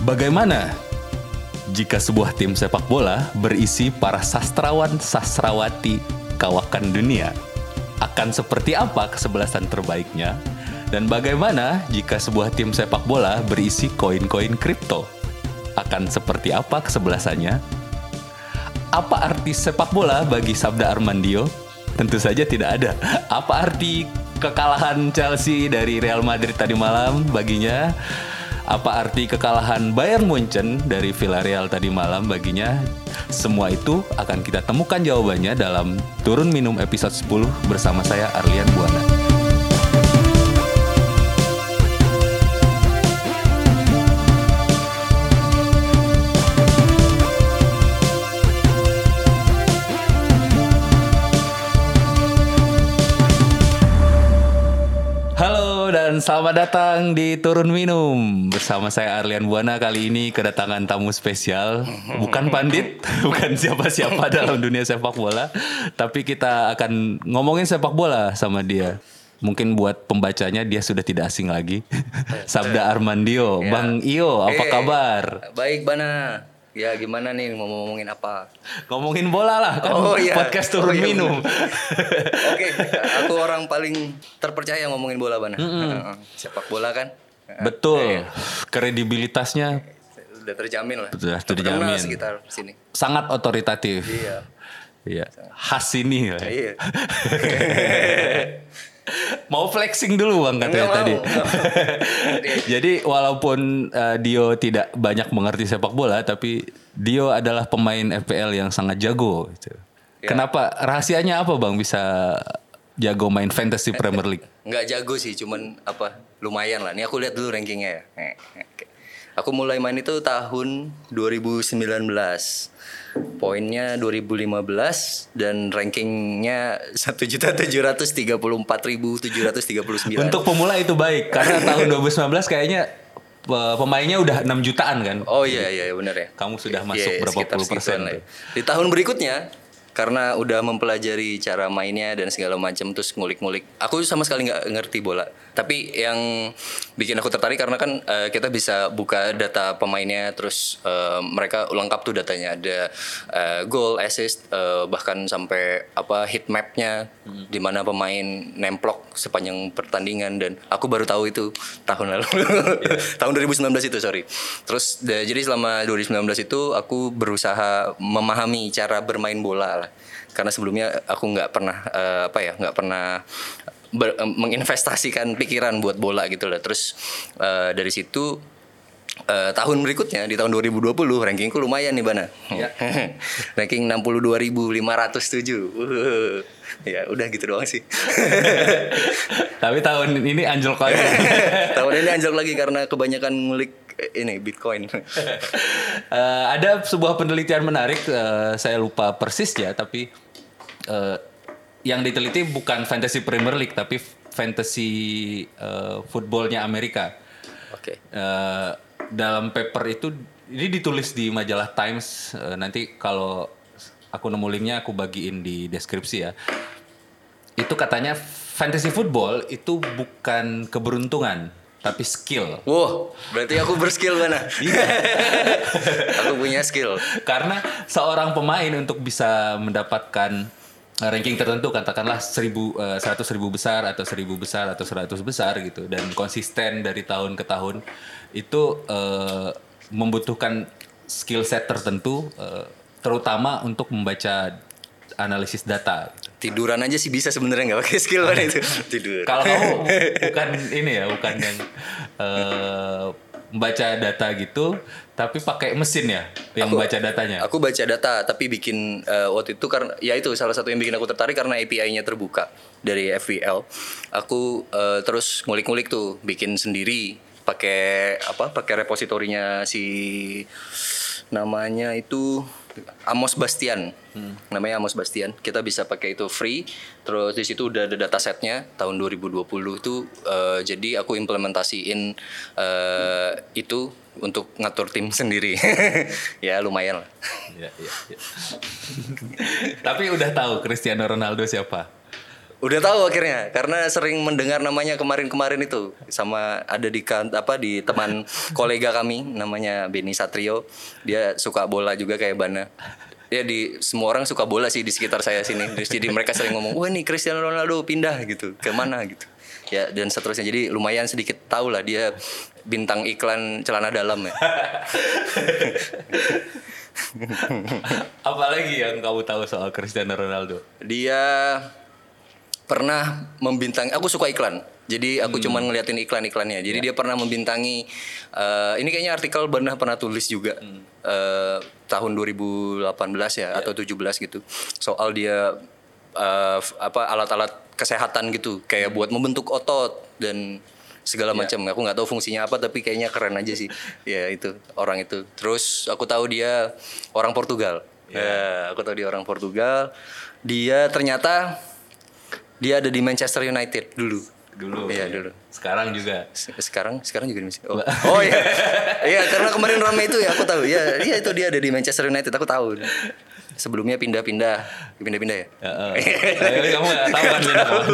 Bagaimana jika sebuah tim sepak bola berisi para sastrawan-sastrawati kawakan dunia? Akan seperti apa kesebelasan terbaiknya? Dan bagaimana jika sebuah tim sepak bola berisi koin-koin kripto? Akan seperti apa kesebelasannya? Apa arti sepak bola bagi Sabda Armandio? Tentu saja tidak ada. Apa arti kekalahan Chelsea dari Real Madrid tadi malam baginya? Apa arti kekalahan Bayern Munchen dari Villarreal tadi malam baginya? Semua itu akan kita temukan jawabannya dalam Turun Minum episode 10 bersama saya Arlian Buana. Dan selamat datang di Turun Minum bersama saya Arlian Buana. Kali ini kedatangan tamu spesial, bukan pandit, bukan siapa-siapa dalam dunia sepak bola, tapi kita akan ngomongin sepak bola sama dia. Mungkin buat pembacanya dia sudah tidak asing lagi. Sabda Armandio, ya. Bang Iyo, apa kabar? Baik Bana. Ya gimana nih mau ngomongin apa? Ngomongin bola lah kan, podcast Turun Minum. Oke, aku orang paling terpercaya ngomongin bola Bana. Sepak bola kan. Betul, kredibilitasnya sudah terjamin lah. Sudah terjamin. Sekitar sini. Sangat otoritatif. Iya. Khas ini lah. Iya. Mau flexing dulu Bang katanya tadi. Jadi walaupun Dio tidak banyak mengerti sepak bola, tapi Dio adalah pemain FPL yang sangat jago gitu. Ya. Kenapa? Rahasianya apa Bang bisa jago main Fantasy Premier League? Nggak jago sih, cuman lumayan lah. Ini aku lihat dulu rankingnya ya. Aku mulai main itu tahun 2019. Poinnya 2015 dan rankingnya 1.734.739. Untuk pemula itu baik karena tahun 2019 kayaknya pemainnya udah 6 jutaan kan. Oh iya benar ya. Kamu sudah masuk berapa puluh persen ya. Di tahun berikutnya karena udah mempelajari cara mainnya dan segala macam, terus ngulik-ngulik. Aku sama sekali nggak ngerti bola. Tapi yang bikin aku tertarik karena kan kita bisa buka data pemainnya, terus mereka lengkap tuh datanya, ada goal, assist, bahkan sampai hit mapnya, di mana pemain nemplok sepanjang pertandingan. Dan aku baru tahu itu tahun lalu, tahun 2019 itu sorry. Terus jadi selama 2019 itu aku berusaha memahami cara bermain bola lah. Karena sebelumnya aku nggak pernah menginvestasikan pikiran buat bola gitu lah. Terus dari situ tahun berikutnya di tahun 2020 rankingku lumayan nih Bana. Ya. Ranking 62.507. Ya udah gitu doang sih. Tapi tahun ini anjlok lagi. Tahun ini anjlok lagi karena kebanyakan ngulik ini Bitcoin. Ada sebuah penelitian menarik, saya lupa persis ya, tapi yang diteliti bukan Fantasy Premier League tapi Fantasy footballnya Amerika. Oke. Dalam paper itu ini ditulis di majalah Times. Nanti kalau aku nemu linknya aku bagiin di deskripsi ya. Itu katanya Fantasy football itu bukan keberuntungan tapi skill. Wow, berarti aku berskill Bana. Iya. Aku punya skill. Karena seorang pemain untuk bisa mendapatkan ranking tertentu, katakanlah 100.000 besar atau 1.000 besar atau 100 besar gitu, dan konsisten dari tahun ke tahun, itu membutuhkan skill set tertentu, terutama untuk membaca analisis data. Tiduran aja sih bisa sebenarnya, nggak pakai skill kan itu. Tidur. Kalau kamu bukan ini ya, bukan yang membaca data gitu, tapi pakai mesin ya yang baca datanya. Aku baca data, tapi bikin waktu itu karena ya itu salah satu yang bikin aku tertarik karena API-nya terbuka dari FPL. Aku terus ngulik-ngulik tuh, bikin sendiri pakai repositorinya si namanya itu Amos Bastian. Namanya Amos Bastian. Kita bisa pakai itu free. Terus di situ udah ada datasetnya tahun 2020 tuh. Jadi aku implementasiin itu untuk ngatur tim sendiri. Ya lumayan lah. Ya. Tapi udah tahu Cristiano Ronaldo siapa? Udah tahu akhirnya karena sering mendengar namanya kemarin-kemarin itu sama ada di teman kolega kami namanya Beni Satrio. Dia suka bola juga kayak Bana. Ya semua orang suka bola sih di sekitar saya sini. Jadi mereka sering ngomong, "Wah, nih Cristiano Ronaldo pindah gitu. Ke mana gitu." Ya dan seterusnya. Jadi lumayan sedikit tahu lah dia bintang iklan celana dalam ya. Apalagi yang kamu tahu soal Cristiano Ronaldo? Dia pernah membintangi, aku suka iklan. Jadi aku cuma ngeliatin iklan-iklannya. Jadi dia pernah membintangi ini kayaknya artikel pernah tulis juga tahun 2018 ya atau 17 gitu. Soal dia alat-alat kesehatan gitu kayak buat membentuk otot dan segala macam. Aku nggak tahu fungsinya apa tapi kayaknya keren aja sih. Ya itu orang itu. Terus aku tahu dia orang Portugal. Aku tahu dia orang Portugal. Dia ternyata dia ada di Manchester United dulu. Iya, dulu. Sekarang juga. Sekarang juga di Manchester. Oh iya. Iya, karena kemarin ramai itu ya aku tahu. Iya, itu dia ada di Manchester United, aku tahu. Sebelumnya pindah-pindah ya. Kamu nggak tahu kan pindah kemana.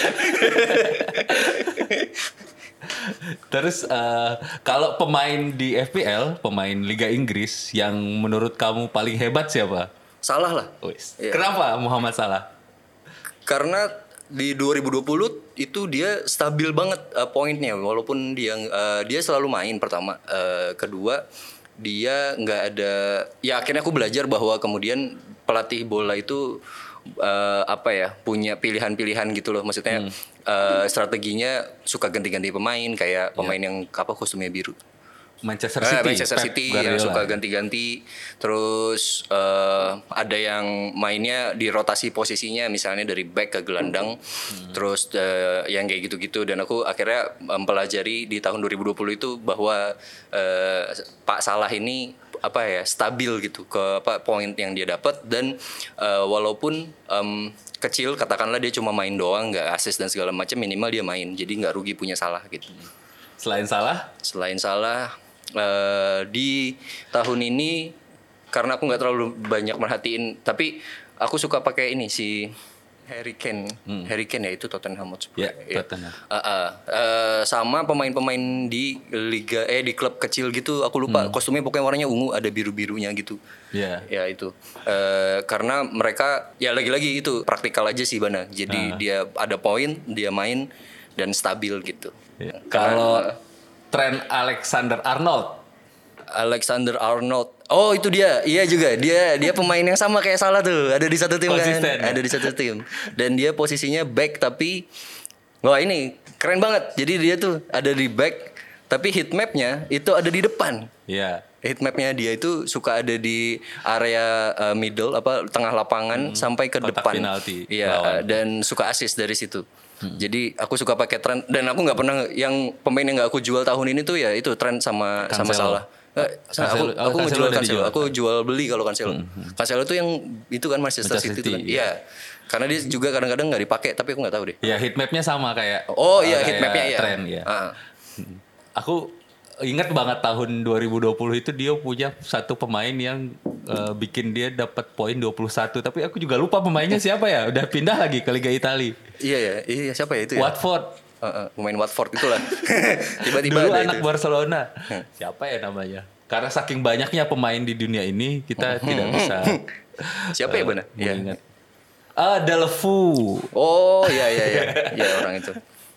Terus kalau pemain di FPL, pemain Liga Inggris yang menurut kamu paling hebat siapa? Salah lah. Iya. Kenapa Muhammad Salah? Karena di 2020 itu dia stabil banget poinnya walaupun dia selalu main pertama, kedua dia nggak ada ya akhirnya aku belajar bahwa kemudian pelatih bola itu punya pilihan-pilihan gitu loh maksudnya strateginya suka ganti-ganti pemain kayak pemain yang kostumnya biru. Manchester City yang suka ganti-ganti terus ada yang mainnya di rotasi posisinya misalnya dari back ke gelandang terus yang kayak gitu-gitu dan aku akhirnya mempelajari di tahun 2020 itu bahwa Pak Salah ini stabil gitu ke poin yang dia dapat dan walaupun kecil katakanlah dia cuma main doang nggak assist dan segala macam minimal dia main jadi nggak rugi punya Salah gitu. Selain Salah di tahun ini karena aku nggak terlalu banyak merhatiin tapi aku suka pakai ini si Harry Kane ya itu Tottenham Hotspur Tottenham. sama pemain-pemain di liga di klub kecil gitu aku lupa kostumnya pokoknya warnanya ungu ada biru-birunya gitu ya itu karena mereka ya lagi-lagi itu praktikal aja sih Bana jadi dia ada poin dia main dan stabil gitu. Kalau Trent Alexander-Arnold. Oh itu dia. Iya juga. Dia pemain yang sama kayak Salah tuh. Ada di satu tim konsisten, kan. Ada di satu tim. Dan dia posisinya back tapi wah ini keren banget. Jadi dia tuh ada di back tapi heatmapnya itu ada di depan. Iya. Heatmapnya dia itu suka ada di area middle tengah lapangan sampai ke kotak depan. Penalti. Iya dan suka assist dari situ. Jadi aku suka pakai Trent dan aku nggak pernah yang pemain yang nggak aku jual tahun ini tuh ya itu Trent sama Salah. Aku ngejual Cancelo. Aku jual beli kalau Cancelo. Cancelo tuh yang itu kan Manchester City itu kan. Iya. Karena dia juga kadang-kadang nggak dipakai tapi aku nggak tahu deh. Ya heatmapnya sama kayak. Oh iya heatmapnya ya. Trent ya. Aku ingat banget tahun 2020 itu dia punya satu pemain yang bikin dia dapat poin 21 tapi aku juga lupa pemainnya siapa ya udah pindah lagi ke Liga Italia. Iya siapa ya itu ya Watford. Pemain Watford itulah. Tiba-tiba dulu ada anak itu. Barcelona. Siapa ya namanya? Karena saking banyaknya pemain di dunia ini kita tidak bisa siapa ya Bana? Mengingat. Delfu. Oh iya orang itu.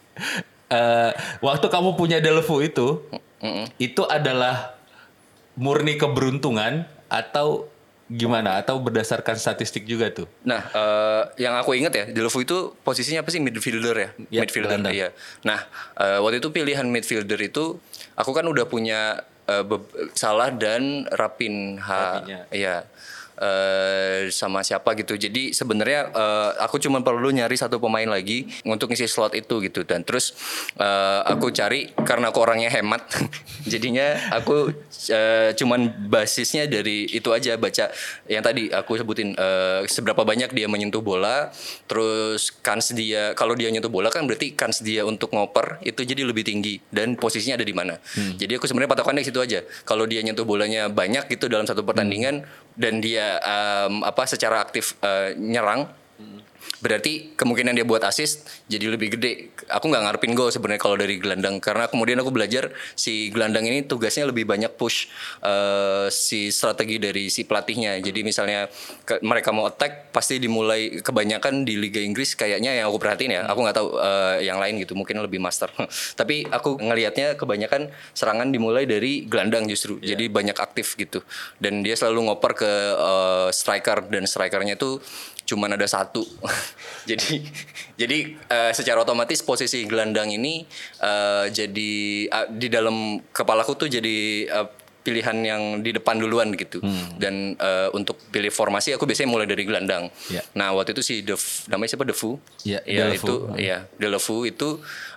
Waktu kamu punya Delfu itu adalah murni keberuntungan atau gimana? Atau berdasarkan statistik juga tuh? Nah, yang aku ingat ya, Delfu itu posisinya apa sih midfielder ya? Midfielder. Iya. Nah, waktu itu pilihan midfielder itu aku kan udah punya Salah dan Raphinha. Iya. Sama siapa gitu. Jadi sebenarnya aku cuma perlu nyari satu pemain lagi untuk ngisi slot itu gitu. Dan terus aku cari karena aku orangnya hemat. Jadinya aku cuman basisnya dari itu aja baca yang tadi aku sebutin seberapa banyak dia menyentuh bola. Terus kans dia kalau dia nyentuh bola kan berarti kans dia untuk ngoper itu jadi lebih tinggi dan posisinya ada di mana. Jadi aku sebenarnya patokannya situ aja. Kalau dia nyentuh bolanya banyak gitu dalam satu pertandingan dan dia secara aktif nyerang berarti kemungkinan dia buat assist jadi lebih gede. Aku nggak ngarepin gol sebenarnya kalau dari gelandang, karena kemudian aku belajar si gelandang ini tugasnya lebih banyak push si strategi dari si pelatihnya. Jadi misalnya mereka mau attack pasti dimulai kebanyakan di Liga Inggris kayaknya yang aku perhatiin ya. Aku nggak tahu yang lain gitu, mungkin lebih master. Tapi aku ngelihatnya kebanyakan serangan dimulai dari gelandang justru. Jadi banyak aktif gitu. Dan dia selalu ngoper ke striker, dan strikernya itu cuman ada satu. jadi secara otomatis posisi gelandang ini jadi di dalam kepalaku tuh jadi pilihan yang di depan duluan gitu. Dan untuk pilih formasi aku biasanya mulai dari gelandang. Nah, waktu itu si namanya siapa, Defoe? Defoe itu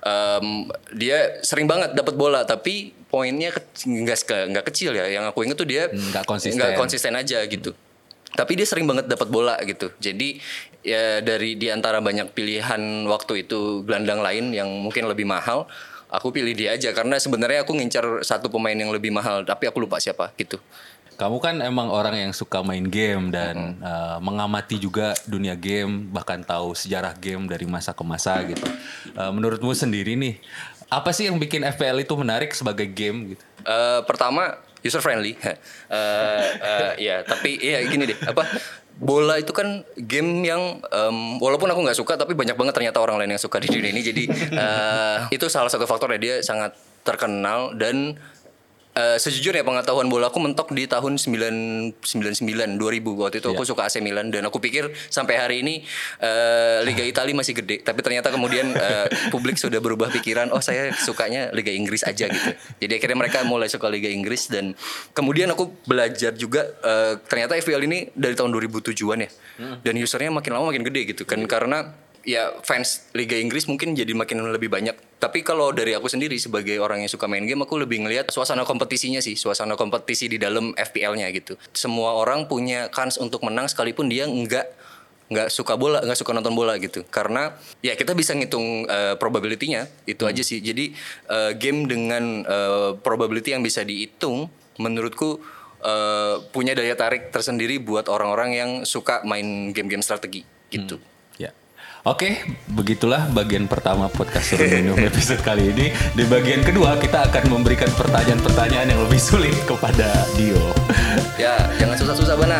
dia sering banget dapat bola, tapi poinnya nggak kecil ya. Yang aku inget tuh dia nggak konsisten aja gitu. Tapi dia sering banget dapat bola gitu. Jadi ya dari di antara banyak pilihan waktu itu gelandang lain yang mungkin lebih mahal, aku pilih dia aja karena sebenarnya aku ngincar satu pemain yang lebih mahal, tapi aku lupa siapa gitu. Kamu kan emang orang yang suka main game dan mengamati juga dunia game, bahkan tahu sejarah game dari masa ke masa gitu. Menurutmu sendiri nih, apa sih yang bikin FPL itu menarik sebagai game gitu? Pertama, user friendly. Ya, tapi ya gini deh, bola itu kan game yang walaupun aku nggak suka, tapi banyak banget ternyata orang lain yang suka di dunia ini. Jadi itu salah satu faktornya, dia sangat terkenal. Dan sejujurnya pengetahuan bola aku mentok di tahun 2000. Waktu itu aku suka AC Milan, dan aku pikir sampai hari ini Liga Italia masih gede. Tapi ternyata kemudian publik sudah berubah pikiran, saya sukanya Liga Inggris aja gitu. Jadi akhirnya mereka mulai suka Liga Inggris. Dan kemudian aku belajar juga ternyata FPL ini dari tahun 2007-an ya. Dan usernya makin lama makin gede gitu kan. Karena ya fans Liga Inggris mungkin jadi makin lebih banyak. Tapi kalau dari aku sendiri sebagai orang yang suka main game, aku lebih ngelihat suasana kompetisinya sih. Suasana kompetisi di dalam FPL-nya gitu. Semua orang punya kans untuk menang sekalipun dia nggak suka bola, nggak suka nonton bola gitu. Karena ya kita bisa ngitung probability-nya, itu aja sih. Jadi game dengan probability yang bisa dihitung menurutku punya daya tarik tersendiri buat orang-orang yang suka main game-game strategi gitu. Oke, begitulah bagian pertama podcast Suruh Minum episode kali ini. Di bagian kedua kita akan memberikan pertanyaan-pertanyaan yang lebih sulit kepada Dio. Ya, jangan susah-susah Bana.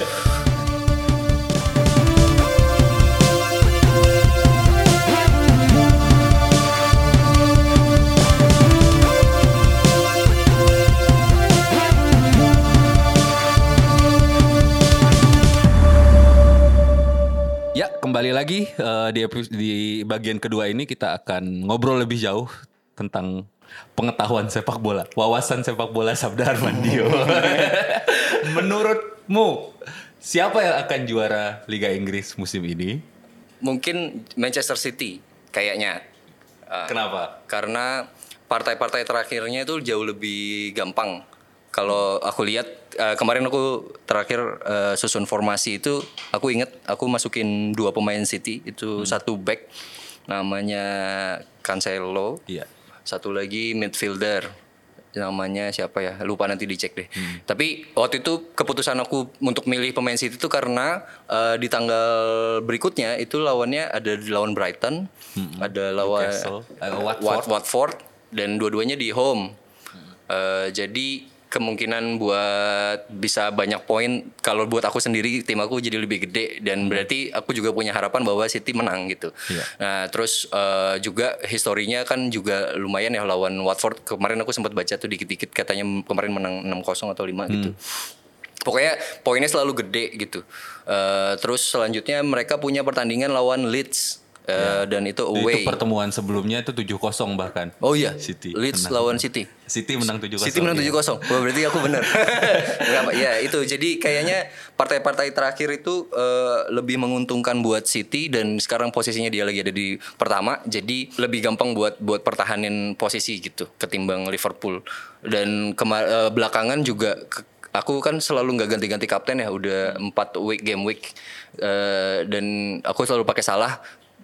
Ya, kembali lagi di bagian kedua ini kita akan ngobrol lebih jauh tentang pengetahuan sepak bola, wawasan sepak bola Sabda Armandio. Menurutmu siapa yang akan juara Liga Inggris musim ini? Mungkin Manchester City kayaknya. Kenapa? Karena partai-partai terakhirnya itu jauh lebih gampang. Kalau aku lihat kemarin aku terakhir susun formasi itu, aku inget aku masukin 2 pemain City itu, satu back namanya Cancelo, satu lagi midfielder namanya siapa ya, lupa, nanti dicek deh. Tapi waktu itu keputusan aku untuk milih pemain City itu karena di tanggal berikutnya itu lawannya ada lawan Brighton, ada lawan Watford, dan dua-duanya di home. Jadi kemungkinan buat bisa banyak poin kalau buat aku sendiri, tim aku jadi lebih gede, dan berarti aku juga punya harapan bahwa City menang gitu. Nah, terus juga historinya kan juga lumayan ya lawan Watford. Kemarin aku sempat baca tuh dikit-dikit katanya kemarin menang 6-0 atau 5 gitu. Pokoknya poinnya selalu gede gitu. Terus selanjutnya mereka punya pertandingan lawan Leeds. Dan itu away. Itu pertemuan sebelumnya itu 7-0 bahkan. Oh iya, City Leeds menang. lawan City. City menang 7-0. City menang 7-0. Wah, berarti aku benar. Ya itu. Jadi kayaknya partai-partai terakhir itu lebih menguntungkan buat City, dan sekarang posisinya dia lagi ada di pertama. Jadi lebih gampang buat pertahanin posisi gitu ketimbang Liverpool. Dan belakangan juga aku kan selalu nggak ganti-ganti kapten ya, udah 4 game week. Dan aku selalu pakai Salah.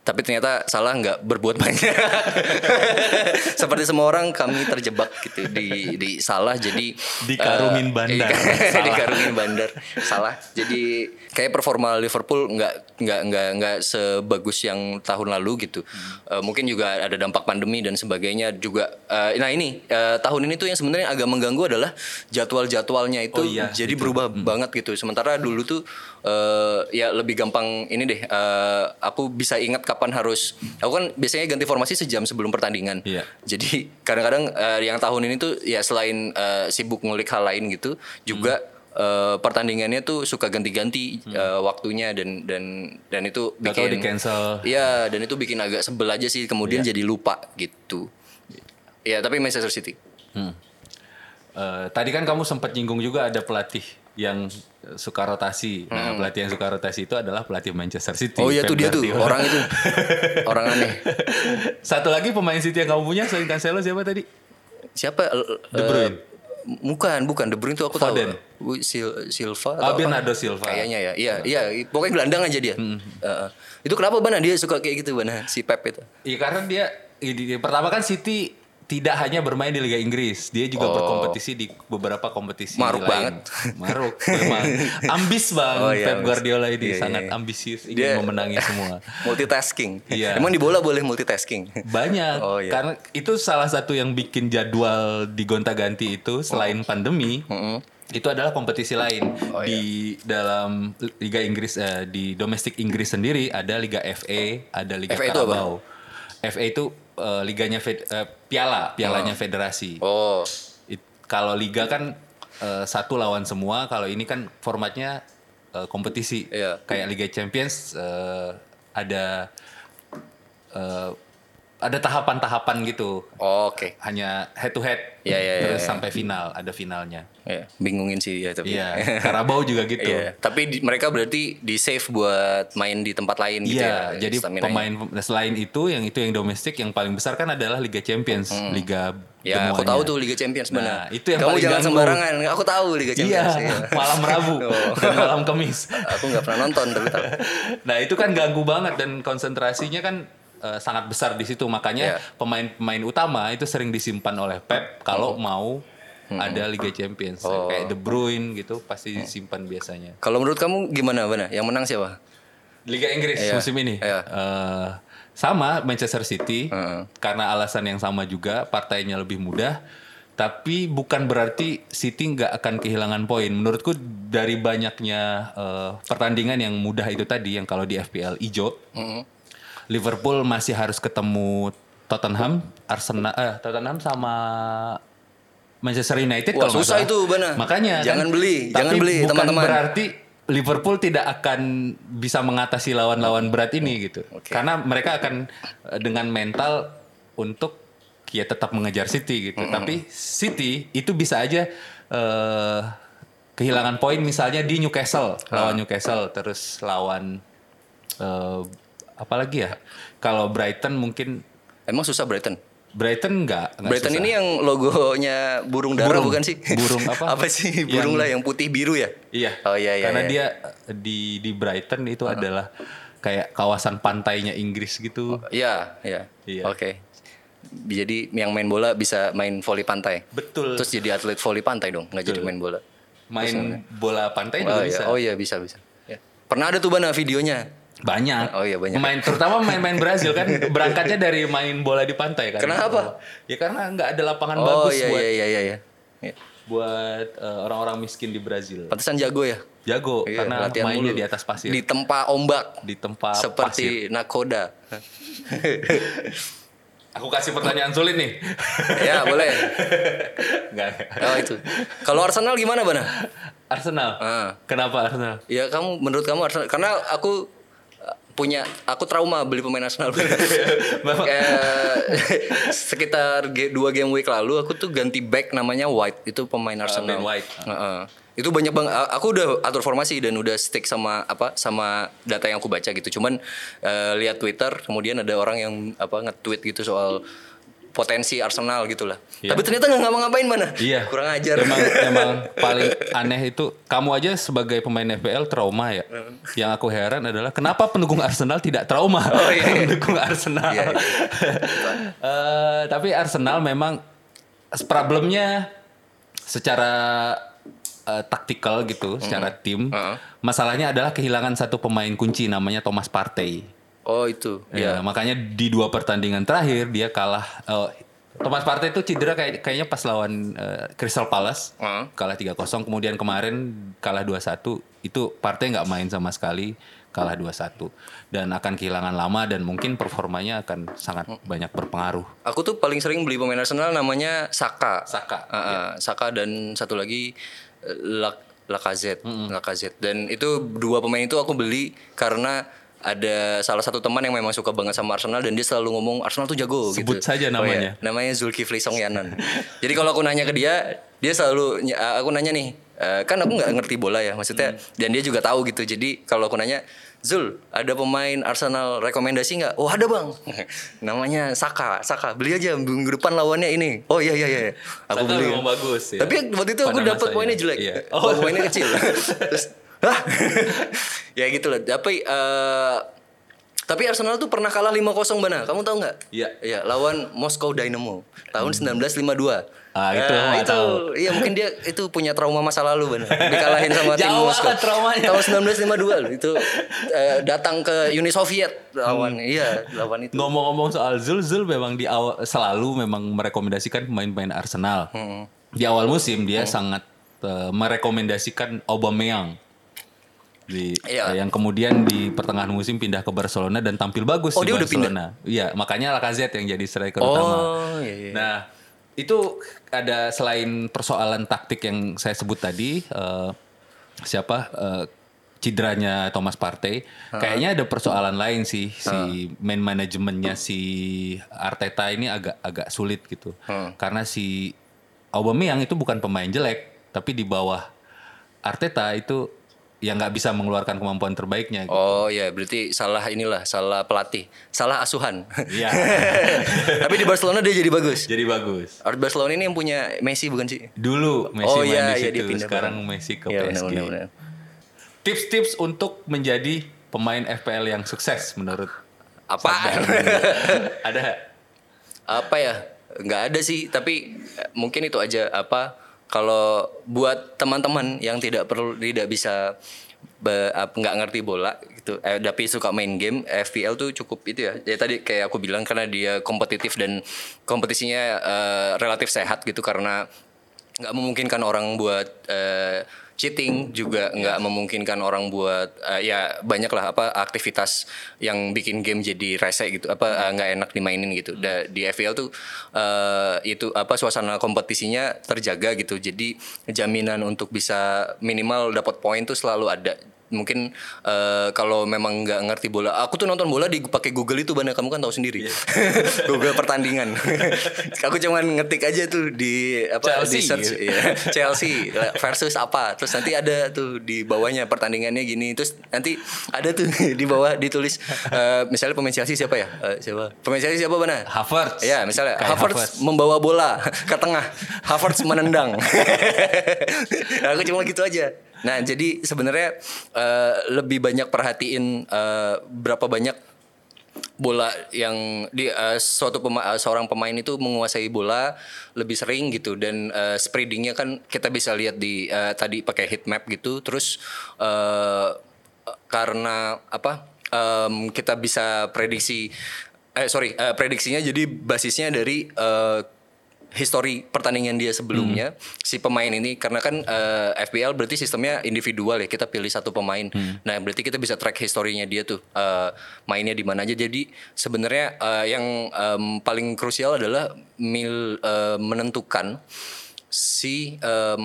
Tapi ternyata Salah nggak berbuat banyak. Seperti semua orang kami terjebak gitu di Salah, jadi Dikarungin bandar. Salah. Dikarungin bandar. Salah. Jadi kayak performa Liverpool nggak sebagus yang tahun lalu gitu. Mungkin juga ada dampak pandemi dan sebagainya juga. Nah ini tahun ini tuh yang sebenarnya agak mengganggu adalah jadwal-jadwalnya itu jadi berubah banget gitu. Sementara dulu tuh ya lebih gampang ini deh. Aku bisa ingat kapan harus. Aku kan biasanya ganti formasi sejam sebelum pertandingan. Iya. Jadi kadang-kadang yang tahun ini tuh ya selain sibuk ngulik hal lain gitu, juga pertandingannya tuh suka ganti-ganti waktunya dan itu bikin di cancel. Iya, dan itu bikin agak sebel aja sih, kemudian jadi lupa gitu. Ya, tapi Manchester City. Tadi kan kamu sempat nyinggung juga ada pelatih yang suka rotasi. Nah, pelatih yang suka rotasi itu adalah pelatih Manchester City. Oh iya tuh dia tuh, orang itu. Orang aneh. Satu lagi pemain City yang kamu punya selain Cancelo siapa tadi? Siapa? De Bruyne. Bukan De Bruyne tuh aku Foden. tahu. Silva atau Bernardo Silva. Kayaknya ya. Iya, pokoknya gelandang aja dia. Itu kenapa Bana dia suka kayak gitu Bana si Pep itu? Iya karena dia pertama kan City tidak hanya bermain di Liga Inggris, dia juga berkompetisi di beberapa kompetisi Maruk lain. banget. Maruk, memang ambis banget. Pep Guardiola ini sangat iya. ambisius, ingin Dia memenangi semua. Multitasking. Iya. Emang di bola boleh multitasking? Banyak, karena itu salah satu yang bikin jadwal digonta-ganti itu selain pandemi. Itu adalah kompetisi lain di dalam Liga Inggris, di domestik Inggris sendiri ada Liga FA, ada Liga FA itu Carabao. FA itu liganya pialanya federasi. Oh. Kalau liga kan satu lawan semua, kalau ini kan formatnya kompetisi. Iya. Kayak Liga Champions ada tahapan-tahapan gitu. Oh, oke. Hanya head to head. Iya, Terus sampai final, ada finalnya. Ya, bingungin sih ya tapi. Iya, Carabao juga gitu. Iya. Tapi mereka berarti di save buat main di tempat lain gitu ya. Iya, jadi pemain selain itu yang domestik yang paling besar kan adalah Liga Champions, Liga ya, bemuanya. aku tahu tuh Liga Champions benar. Itu yang kamu paling jangan ganggu. sembarangan. Aku tahu Liga Champions. Iya, malam Rabu dan malam Kamis. Aku nggak pernah nonton tapi tahu. Nah, itu kan ganggu banget dan konsentrasinya kan sangat besar di situ. Makanya pemain-pemain utama itu sering disimpan oleh Pep kalau mau ada Liga Champions. Kayak De Bruyne gitu pasti disimpan biasanya. Kalau menurut kamu gimana, Bana? Yang menang siapa? Liga Inggris musim ini. Sama Manchester City karena alasan yang sama juga, partainya lebih mudah. Tapi bukan berarti City nggak akan kehilangan poin. Menurutku dari banyaknya pertandingan yang mudah itu tadi, yang kalau di FPL hijau, Liverpool masih harus ketemu Tottenham, Tottenham sama Manchester United. Wah, susah itu, Bana. Makanya jangan kan, beli bukan teman-teman. Berarti Liverpool tidak akan bisa mengatasi lawan-lawan berat ini gitu. Karena mereka akan dengan mental untuk ya tetap mengejar City gitu. Tapi City itu bisa aja kehilangan poin misalnya di Newcastle, lawan Newcastle, terus lawan apalagi ya? Kalau Brighton mungkin. Emang susah Brighton? Brighton enggak Brighton susah. ini yang logonya burung dara bukan sih? Burung apa? Apa sih? Burung lah yang putih biru ya? Iya. Oh iya. Karena dia di Brighton itu adalah kayak kawasan pantainya Inggris gitu. Iya. Oke. Jadi yang main bola bisa main voli pantai. Betul. Terus jadi atlet voli pantai dong, nggak jadi main bola. Main bola pantai juga bisa. Oh iya bisa. Ya. Pernah ada tuh Bana videonya. Banyak. Oh iya banyak. Terutama main Brazil kan berangkatnya dari main bola di pantai kan. Kenapa? Ya karena nggak ada lapangan bagus buat buat orang-orang miskin di Brazil. Pantesan jago ya. Jago karena mainnya di atas pasir. Di tempat ombak. Di tempat seperti pasir. nakoda. Aku kasih pertanyaan sulit nih. Ya boleh. Enggak. Oh itu. Kalau Arsenal gimana Bana? Arsenal. Kenapa Arsenal? Ya menurut kamu Arsenal? Karena aku trauma beli pemain Arsenal. Sekitar 2 game week lalu aku tuh ganti back namanya White, itu pemain Arsenal. Ben White. Itu banyak banget. Aku udah atur formasi dan udah stick sama data yang aku baca gitu. Cuman lihat Twitter, kemudian ada orang yang nge-tweet gitu soal potensi Arsenal gitulah. Iya. Tapi ternyata nggak ngapa-ngapain mana. Iya. Kurang ajar. Emang paling aneh itu kamu aja sebagai pemain FPL trauma ya. Yang aku heran adalah kenapa pendukung Arsenal tidak trauma. Oh, iya. Pendukung Arsenal. Iya, Tapi Arsenal memang problemnya secara taktikal gitu, secara tim. Masalahnya adalah kehilangan satu pemain kunci namanya Thomas Partey. Oh itu. Ya, makanya di 2 pertandingan terakhir dia kalah. Thomas Partey itu cedera kayaknya pas lawan Crystal Palace, kalah 3-0. Kemudian kemarin kalah 2-1. Itu Partey nggak main sama sekali, kalah 2-1. Dan akan kehilangan lama dan mungkin performanya akan sangat banyak berpengaruh. Aku tuh paling sering beli pemain Arsenal namanya Saka. Iya. Saka dan satu lagi Lacazette. Lacazette. Dan itu 2 pemain itu aku beli karena ada salah satu teman yang memang suka banget sama Arsenal dan dia selalu ngomong Arsenal tuh jago. Sebut gitu. saja namanya. Oh, iya. Namanya Zulkifli Songyanan. Jadi kalau aku nanya ke dia selalu aku nanya nih, kan aku nggak ngerti bola ya maksudnya, dan dia juga tahu gitu. Jadi kalau aku nanya, Zul, ada pemain Arsenal rekomendasi nggak? Oh ada bang, namanya Saka, beli aja minggu depan lawannya ini. Oh iya, aku Saka beli. memang bagus. Ya. Tapi waktu itu aku Pada dapat masanya. poinnya jelek, Iya. poinnya kecil. Terus, ya gitu lah. Tapi Arsenal tuh pernah kalah 5-0 Bana. Kamu tahu nggak? Iya. Iya, lawan Moscow Dynamo tahun 1952. Itu nggak tahu. Iya mungkin dia itu punya trauma masa lalu Bana. Dikalahin sama tim Jauh Moskow. banget traumanya. Tahun 1952 loh. Itu datang ke Uni Soviet lawan. Iya, lawan itu. Ngomong-ngomong soal Zul memang di awal selalu memang merekomendasikan pemain-pemain Arsenal. Di awal musim dia sangat merekomendasikan Aubameyang. Yang kemudian di pertengahan musim pindah ke Barcelona dan tampil bagus di dia udah Barcelona. Iya, makanya Lacazette yang jadi striker utama. Iya. Nah, itu ada selain persoalan taktik yang saya sebut tadi, cederanya Thomas Partey, kayaknya ada persoalan lain sih. Si man manajemennya si Arteta ini agak sulit gitu. Karena si Aubameyang itu bukan pemain jelek, tapi di bawah Arteta itu yang nggak bisa mengeluarkan kemampuan terbaiknya. Gitu. Oh ya, berarti salah pelatih, salah asuhan. Iya. Tapi di Barcelona dia jadi bagus. Jadi bagus. Barcelona ini yang punya Messi bukan sih? Dulu Messi main di situ, dia pindah sekarang Messi ke ya, PSG. Benar. Tips-tips untuk menjadi pemain FPL yang sukses menurut Apa? ada? Apa ya? Nggak ada sih, tapi mungkin itu aja kalau buat teman-teman yang tidak bisa nggak ngerti bola gitu, tapi suka main game, FPL tuh cukup itu ya. Jadi tadi kayak aku bilang karena dia kompetitif dan kompetisinya relatif sehat gitu, karena nggak memungkinkan orang buat cheating, juga nggak memungkinkan orang buat ya banyak lah aktivitas yang bikin game jadi rese gitu, nggak enak dimainin gitu. Di FPL tuh itu suasana kompetisinya terjaga gitu, jadi jaminan untuk bisa minimal dapat poin tuh selalu ada. Mungkin kalau memang nggak ngerti bola, aku tuh nonton bola pakai Google itu Bana, kamu kan tahu sendiri. Google pertandingan. Aku cuman ngetik aja tuh di Chelsea, di search gitu. ya. Chelsea versus apa, terus nanti ada tuh di bawahnya pertandingannya gini, terus nanti ada tuh di bawah ditulis misalnya pemain Chelsea siapa ya, pemain Chelsea siapa Bana? Havertz. Ya misalnya Kayak Havertz membawa bola ke tengah, Havertz menendang. Aku cuma gitu aja. Nah jadi sebenarnya lebih banyak perhatiin berapa banyak bola yang di seorang pemain itu menguasai bola lebih sering gitu, dan spreadingnya kan kita bisa lihat di tadi pakai heat map gitu. Terus karena kita bisa prediksinya jadi basisnya dari history pertandingan dia sebelumnya si pemain ini, karena kan FPL berarti sistemnya individual ya, kita pilih satu pemain. Nah berarti kita bisa track historinya dia tuh mainnya di mana aja. Jadi sebenarnya yang paling krusial adalah menentukan si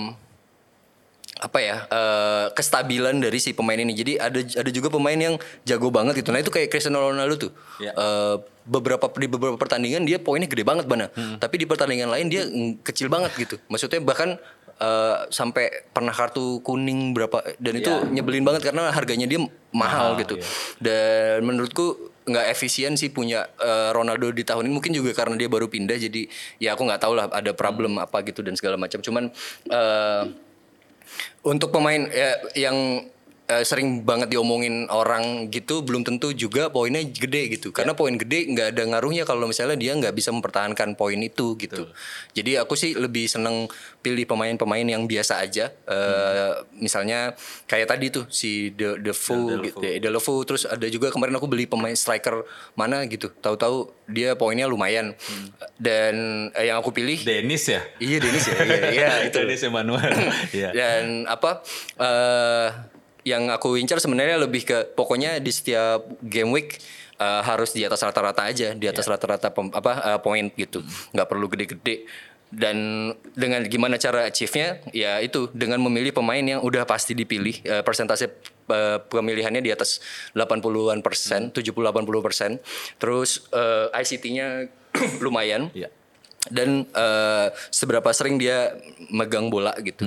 kestabilan dari si pemain ini. Jadi ada juga pemain yang jago banget gitu. Nah itu kayak Cristiano Ronaldo tuh. Yeah. Di beberapa pertandingan dia poinnya gede banget Bana. Tapi di pertandingan lain dia kecil banget gitu. Maksudnya bahkan sampai pernah kartu kuning berapa, dan itu nyebelin banget karena harganya dia mahal gitu. Dan menurutku nggak efisien sih punya Ronaldo di tahun ini, mungkin juga karena dia baru pindah, jadi ya aku nggak tahu lah ada problem apa gitu dan segala macam. Cuman untuk pemain yang sering banget diomongin orang gitu, belum tentu juga poinnya gede gitu. Karena poin gede nggak ada ngaruhnya kalau misalnya dia nggak bisa mempertahankan poin itu gitu. Jadi aku sih lebih seneng pilih pemain-pemain yang biasa aja. Misalnya kayak tadi tuh si Defoe gitu. Defoe, terus ada juga kemarin aku beli pemain striker mana gitu. Tahu-tahu dia poinnya lumayan. Dan yang aku pilih Dennis ya? Iya Dennis ya. Iya itu. Dennis Emmanuel. Dan yang aku incar sebenarnya lebih ke pokoknya di setiap game week harus di atas rata-rata aja, di atas rata-rata poin gitu, nggak perlu gede-gede. Dan dengan gimana cara achieve-nya, ya itu dengan memilih pemain yang udah pasti dipilih, persentase pemilihannya di atas 80-an persen, 70-80%. Terus ICT-nya lumayan. Dan seberapa sering dia megang bola gitu.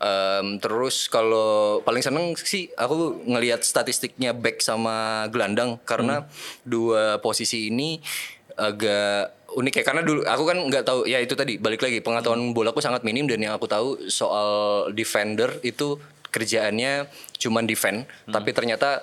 Terus kalau paling seneng sih aku ngelihat statistiknya back sama gelandang, karena dua posisi ini agak unik ya, karena dulu aku kan nggak tahu ya, itu tadi balik lagi pengetahuan bolaku sangat minim, dan yang aku tahu soal defender itu kerjaannya cuman defend. Tapi ternyata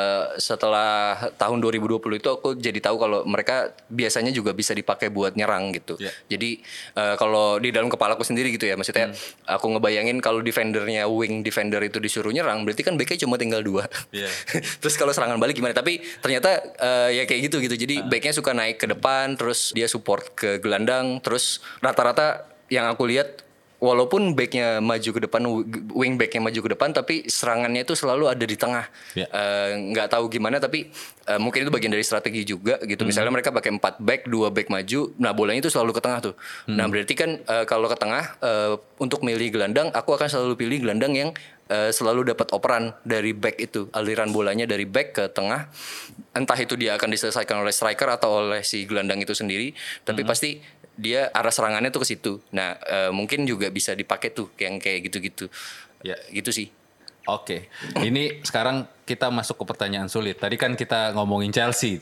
setelah tahun 2020 itu aku jadi tahu kalau mereka biasanya juga bisa dipakai buat nyerang gitu. Jadi kalau di dalam kepalaku sendiri gitu ya, maksudnya aku ngebayangin kalau defendernya wing defender itu disuruh nyerang, berarti kan backnya cuma tinggal 2. Terus kalau serangan balik gimana? Tapi ternyata ya kayak gitu. Jadi backnya suka naik ke depan, terus dia support ke gelandang, terus rata-rata yang aku lihat walaupun backnya maju ke depan, wing backnya maju ke depan, tapi serangannya itu selalu ada di tengah. Nggak tahu gimana, tapi mungkin itu bagian dari strategi juga gitu. Misalnya mereka pakai 4 back, 2 back maju, nah bolanya itu selalu ke tengah tuh. Nah berarti kan kalau ke tengah, untuk milih gelandang, aku akan selalu pilih gelandang yang selalu dapat operan dari back itu, aliran bolanya dari back ke tengah. Entah itu dia akan diselesaikan oleh striker atau oleh si gelandang itu sendiri, tapi pasti dia arah serangannya tuh ke situ. Nah, mungkin juga bisa dipakai tuh yang kayak gitu-gitu. Ya, gitu sih. Oke. Ini sekarang kita masuk ke pertanyaan sulit. Tadi kan kita ngomongin Chelsea.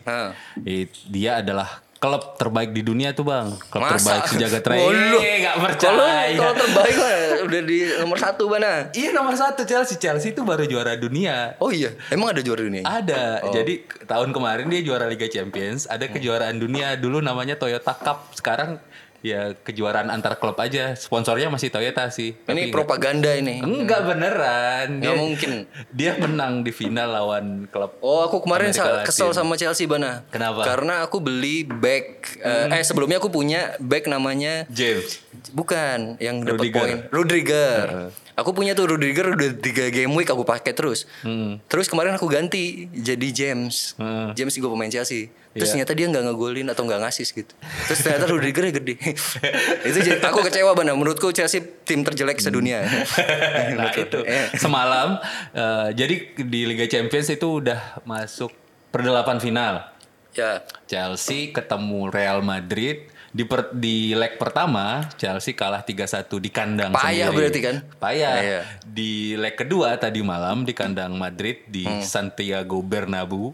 Dia adalah klub terbaik di dunia tuh Bang. Klub terbaik sejagat raya. Gak percaya. Kalau terbaik lah udah di nomor 1 mana? Iya nomor 1 Chelsea. Chelsea itu baru juara dunia. Oh iya, emang ada juara dunia? Ada. Jadi tahun kemarin dia juara Liga Champions. Ada kejuaraan dunia dulu namanya Toyota Cup. Sekarang ya kejuaraan antar klub aja. Sponsornya masih Toyota sih. Ini propaganda ini. Enggak beneran. Nggak mungkin. Dia menang di final lawan klub. Oh, aku kemarin kesel sama Chelsea Bana. Kenapa? Karena aku beli back. Sebelumnya aku punya back namanya James. Bukan, yang dapat poin. Rudiger. Aku punya tuh Rudiger udah 3 game week aku pakai terus. Terus kemarin aku ganti jadi James. James gue pemain Chelsea. Terus ternyata dia nggak ngegolin atau nggak ngasih gitu. Terus ternyata Rudigernya gede. Itu jadi aku kecewa banget. Menurutku Chelsea tim terjelek sedunia. Nah itu semalam. Jadi di Liga Champions itu udah masuk per-8 final. Ya. Chelsea ketemu Real Madrid. Di leg pertama Chelsea kalah 3-1 di kandang Payah sendiri. Berarti kan? Payah. Di leg kedua tadi malam di kandang Madrid di Santiago Bernabeu.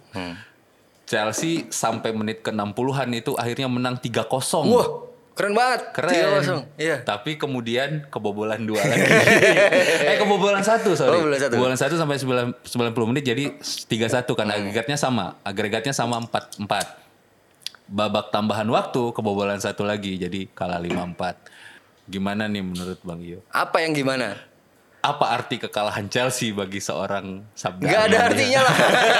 Chelsea sampai menit ke-60-an itu akhirnya menang 3-0. Wah, keren banget. Keren. Iya. Tapi kemudian kebobolan 2 lagi. Kebobolan 1, sorry. Kebobolan 1 sampai 90 menit jadi 3-1 kan agregatnya sama. Agregatnya sama 4-4. Babak tambahan waktu kebobolan 1 lagi jadi kalah 5-4. Gimana nih menurut Bang Iyo? Apa yang gimana? Apa arti kekalahan Chelsea bagi seorang Sabda? Gak ada artinya lah.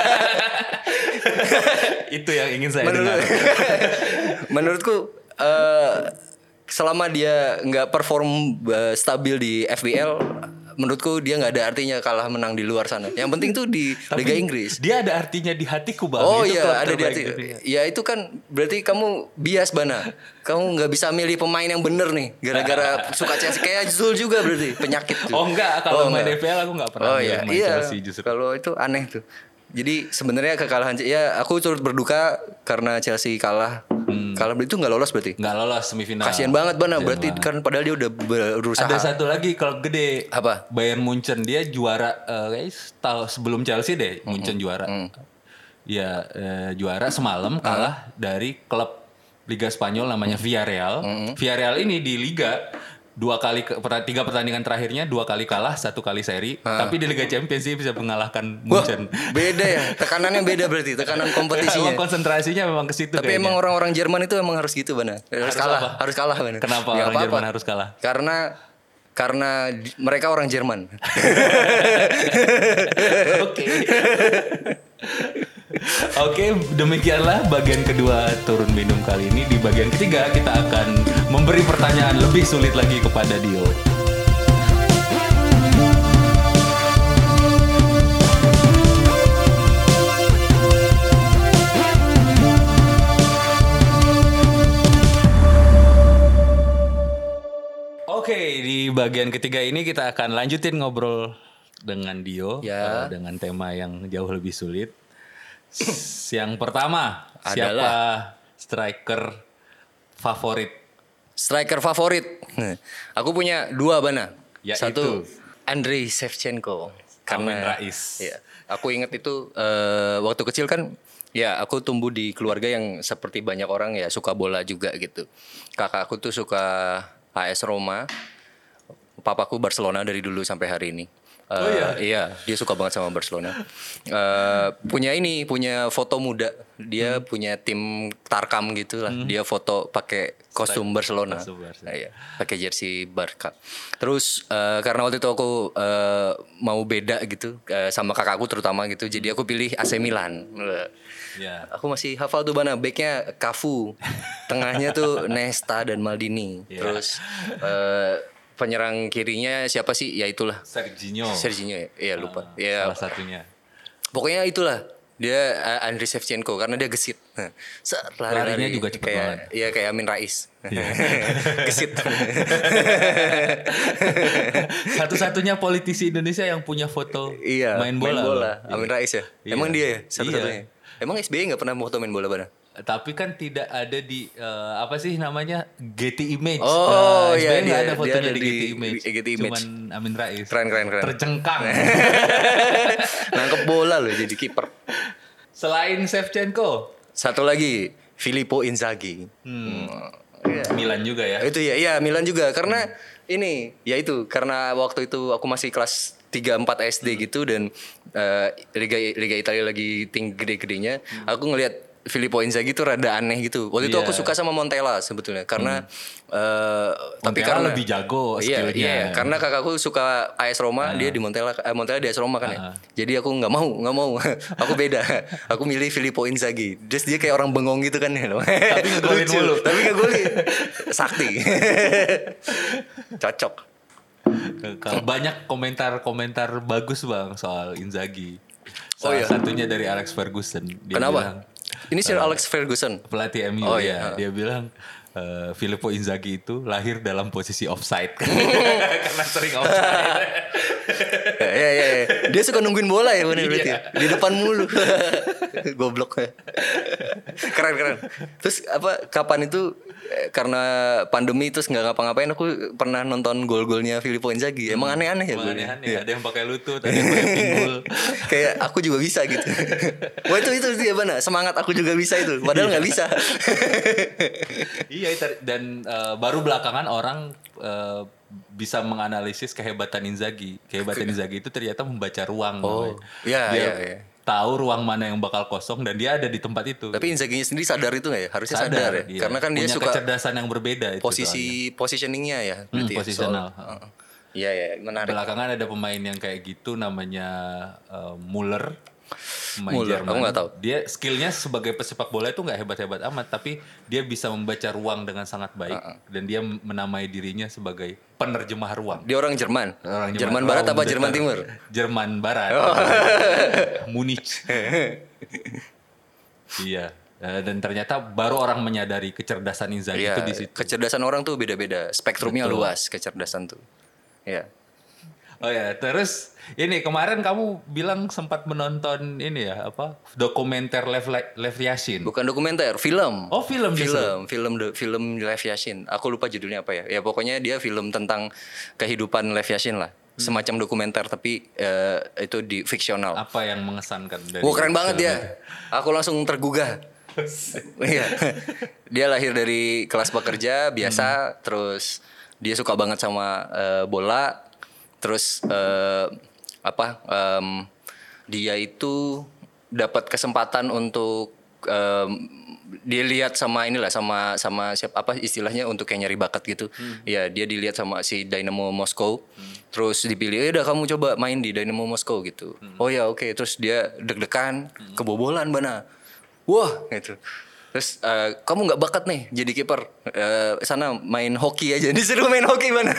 Itu yang ingin saya dengar. Menurutku selama dia nggak perform stabil di FPL, menurutku dia nggak ada artinya kalah menang di luar sana. Yang penting tuh di Liga Inggris. Dia ada artinya di hatiku Bang. Oh iya, ada di hati. Ya itu kan berarti kamu bias Bana. Kamu nggak bisa milih pemain yang bener nih gara-gara suka Chelsea. Kayak Zul juga berarti penyakit tuh. Oh enggak, kalau main FPL aku nggak pernah main Chelsea justru. Kalau itu aneh tuh. Jadi sebenarnya kekalahan ya aku turut berduka karena Chelsea kalah. Kalah itu nggak lolos berarti. Nggak lolos semifinal. Kasian banget Bana, Kasian berarti banget. kan padahal dia udah berusaha. Ada satu lagi kalau gede. Apa? Bayern Munchen, dia juara kayaknya tahu sebelum Chelsea deh, Munchen juara. Ya juara semalam kalah dari klub Liga Spanyol namanya Villarreal. Villarreal ini di Liga 3 pertandingan terakhirnya 2 kali kalah, 1 kali seri. Tapi di Liga Champions dia bisa mengalahkan Wah, Munchen. beda ya, tekanannya beda berarti, tekanan kompetisinya. Emang konsentrasinya memang ke situ. Tapi kayaknya. emang orang-orang Jerman itu emang harus gitu Bana. Harus kalah, harus kalah Bana. Kenapa Nggak orang apa-apa. Jerman harus kalah? Karena mereka orang Jerman. Oke. Oke, demikianlah bagian kedua turun minum kali ini. Di bagian ketiga kita akan memberi pertanyaan lebih sulit lagi kepada Dio. Oke, di bagian ketiga ini kita akan lanjutin ngobrol dengan Dio Ya. dengan tema yang jauh lebih sulit. Yang pertama, Adalah siapa striker favorit? striker favorit. Aku punya 2 Bana. Yaitu? Satu Andrei Shevchenko. Amin Rais. Iya, aku ingat itu waktu kecil kan. Ya, aku tumbuh di keluarga yang seperti banyak orang ya suka bola juga gitu. Kakak aku tuh suka AS Roma. Papaku Barcelona dari dulu sampai hari ini. Oh iya? Iya, dia suka banget sama Barcelona. Punya foto muda. Dia punya tim Tarkam gitu lah. Dia foto pakai kostum Barcelona. Kostum Barca. Iya, pakai jersey Barca. Terus karena waktu itu aku mau beda gitu sama kakakku terutama gitu. Jadi aku pilih AC Milan. Ya. Aku masih hafal tuh Bana, backnya Cafu, tengahnya tuh Nesta dan Maldini. Yeah. Terus penyerang kirinya siapa sih? Ya itulah. Serginho. Serginho ya lupa. Ya Salah satunya. pokoknya itulah. Dia Andriy Shevchenko karena dia gesit. Larinya juga cepet banget. Iya kayak Amin Rais. Gesit. Satu-satunya politisi Indonesia yang punya foto Iya, main bola. Loh. Amin Rais ya. Iya. Emang dia ya satu-satunya. Iya. Emang SBY nggak pernah foto main bola Bana? Tapi kan tidak ada di apa sih namanya Getty Image. Oh, iya, SBY nggak dia ada fotonya ada di di Getty Image. Getty Image. Cuman Amin Rais. Keren. Tercengkang. Nangkep bola loh jadi kiper. Selain Shevchenko, Satu lagi Filippo Inzaghi. Iya. Milan juga ya. Itu ya, iya Milan juga karena ini ya itu karena waktu itu aku masih kelas 3-4 SD gitu dan Liga Italia lagi tinggi gede-gedenya. Aku ngelihat Filippo Inzaghi tuh rada aneh gitu. Waktu itu Iya. aku suka sama Montella sebetulnya karena tapi Montella karena lebih jago iya, skillnya. iya, karena kakakku suka AS Roma, dia di Montella di AS Roma kan ya. Jadi aku nggak mau. Aku beda. Aku milih Filippo Inzaghi. Terus dia kayak orang bengong gitu kan ya. Tapi ngegolin Lucu. mulu. Tapi ngegolin. Sakti. Cocok. Kalau banyak komentar bagus bang soal Inzaghi. Oh, Salah iya. satunya dari Alex Ferguson. Dia Kenapa? bilang, Ini Sir Alex Ferguson. pelatih MU Oh, ya. iya. Dia bilang Filippo Inzaghi itu lahir dalam posisi offside karena sering offside. Ya. Dia suka nungguin bola ya bener berarti. Iya. Di depan mulu. Goblok. Keren. Terus kapan itu karena pandemi terus nggak ngapa-ngapain aku pernah nonton gol-golnya Filippo Inzaghi. Emang aneh-aneh ya golnya? Aneh-aneh. Ada yang pakai lutut, ada yang pakai pinggul. Kayak aku juga bisa gitu. Wah itu dia Bana. Semangat aku juga bisa itu. Padahal nggak bisa. Iya dan baru belakangan orang bisa menganalisis kehebatan Inzaghi. Kehebatan Inzaghi itu ternyata membaca ruang. Oh, namanya. iya, Dia iya. tahu ruang mana yang bakal kosong dan dia ada di tempat itu. Tapi Inzaghi sendiri sadar itu nggak ya? Harusnya sadar ya. Iya. Karena kan dia punya suka kecerdasan yang berbeda itu positioningnya ya. Berarti ya, posisional. Iya menarik. Belakangan ada pemain yang kayak gitu namanya Muller. Pemain Muller, Jerman. aku nggak tahu. Dia skillnya sebagai pesepak bola itu nggak hebat-hebat amat, tapi dia bisa membaca ruang dengan sangat baik dan dia menamai dirinya sebagai penerjemah ruang. Dia orang Jerman. Orang Jerman Barat apa mendetar. Jerman Timur? Jerman Barat. Munich. Iya. Dan ternyata baru orang menyadari kecerdasan Inzaghi Iya, itu di situ. kecerdasan orang tuh beda-beda. Spektrumnya luas kecerdasan tuh. Iya. Oh ya, terus ini kemarin kamu bilang sempat menonton ini ya apa dokumenter Lev Yashin. Bukan dokumenter, film. Oh film justru. Film Lev Yashin. Aku lupa judulnya apa ya. Ya pokoknya dia film tentang kehidupan Lev Yashin lah. Semacam dokumenter tapi itu di fiksional. Apa yang mengesankan dari? Wah keren banget film dia. itu? Aku langsung tergugah. Iya. Dia lahir dari kelas pekerja biasa, terus dia suka banget sama bola, terus dia itu dapat kesempatan untuk dilihat sama siapa apa istilahnya untuk kayak nyari bakat gitu. Ya dia dilihat sama si Dynamo Moskow. Terus dipilih, udah kamu coba main di Dynamo Moskow gitu. Oh ya oke. Terus dia deg-degan, kebobolan bana. Wah gitu. Terus kamu nggak bakat nih jadi kiper, sana main hoki aja. Disuruh main hoki mana?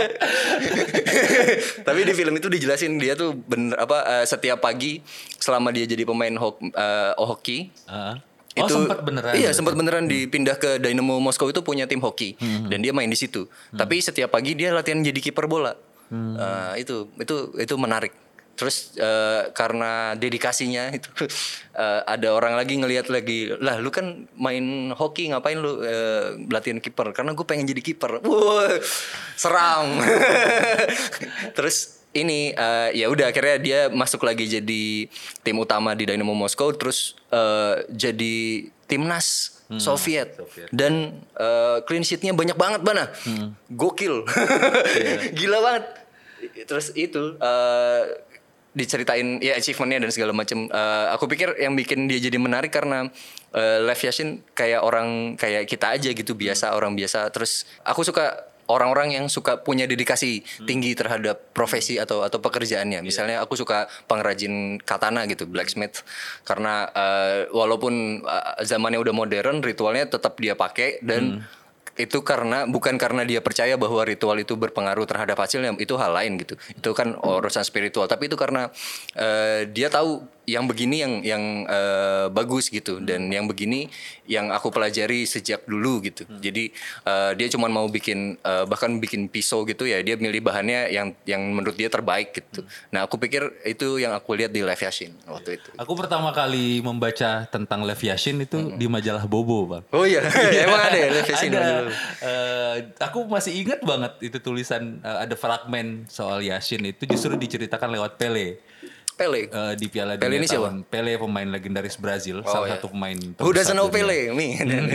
Tapi di film itu dijelasin dia tuh bener setiap pagi selama dia jadi pemain hoki. Oh Itu sempat beneran. Iya sempat beneran dipindah ke Dynamo Moskow itu punya tim hoki dan dia main di situ. Tapi setiap pagi dia latihan jadi kiper bola. Itu menarik. Terus karena dedikasinya itu ada orang lagi ngelihat lagi, lah lu kan main hoki ngapain lu latihan kiper? Karena gue pengen jadi kiper. Wah, seram. Terus ini ya udah akhirnya dia masuk lagi jadi tim utama di Dynamo Moskow, terus jadi timnas Soviet. Dan clean sheet-nya banyak banget bana. Gokil. Gila banget. Terus itu diceritain ya achievementnya dan segala macam. Aku pikir yang bikin dia jadi menarik karena Lev Yashin kayak orang kayak kita aja gitu, biasa, orang biasa. Terus aku suka orang-orang yang suka punya dedikasi tinggi terhadap profesi atau pekerjaannya. Misalnya aku suka pengrajin katana gitu, blacksmith, karena walaupun zamannya udah modern, ritualnya tetap dia pakai dan itu bukan karena dia percaya bahwa ritual itu berpengaruh terhadap hasilnya, itu hal lain gitu. Itu kan urusan spiritual, tapi itu karena dia tahu yang begini yang bagus gitu, dan yang begini yang aku pelajari sejak dulu gitu. Jadi dia cuma mau bikin bahkan bikin pisau gitu ya, dia milih bahannya yang menurut dia terbaik gitu. Nah, aku pikir itu yang aku lihat di Lev Yashin waktu itu. Aku pertama kali membaca tentang Lev Yashin itu di majalah Bobo, Bang. Oh iya, emang ada ya Lev Yashin? Ada. Aku masih ingat banget itu tulisan, ada fragmen soal Yashin itu justru diceritakan lewat Pele. Di Piala Pele Dunia ini siapa? tahun. Pele pemain legendaris Brazil, salah satu pemain Who doesn't know dunia. Pele? Me.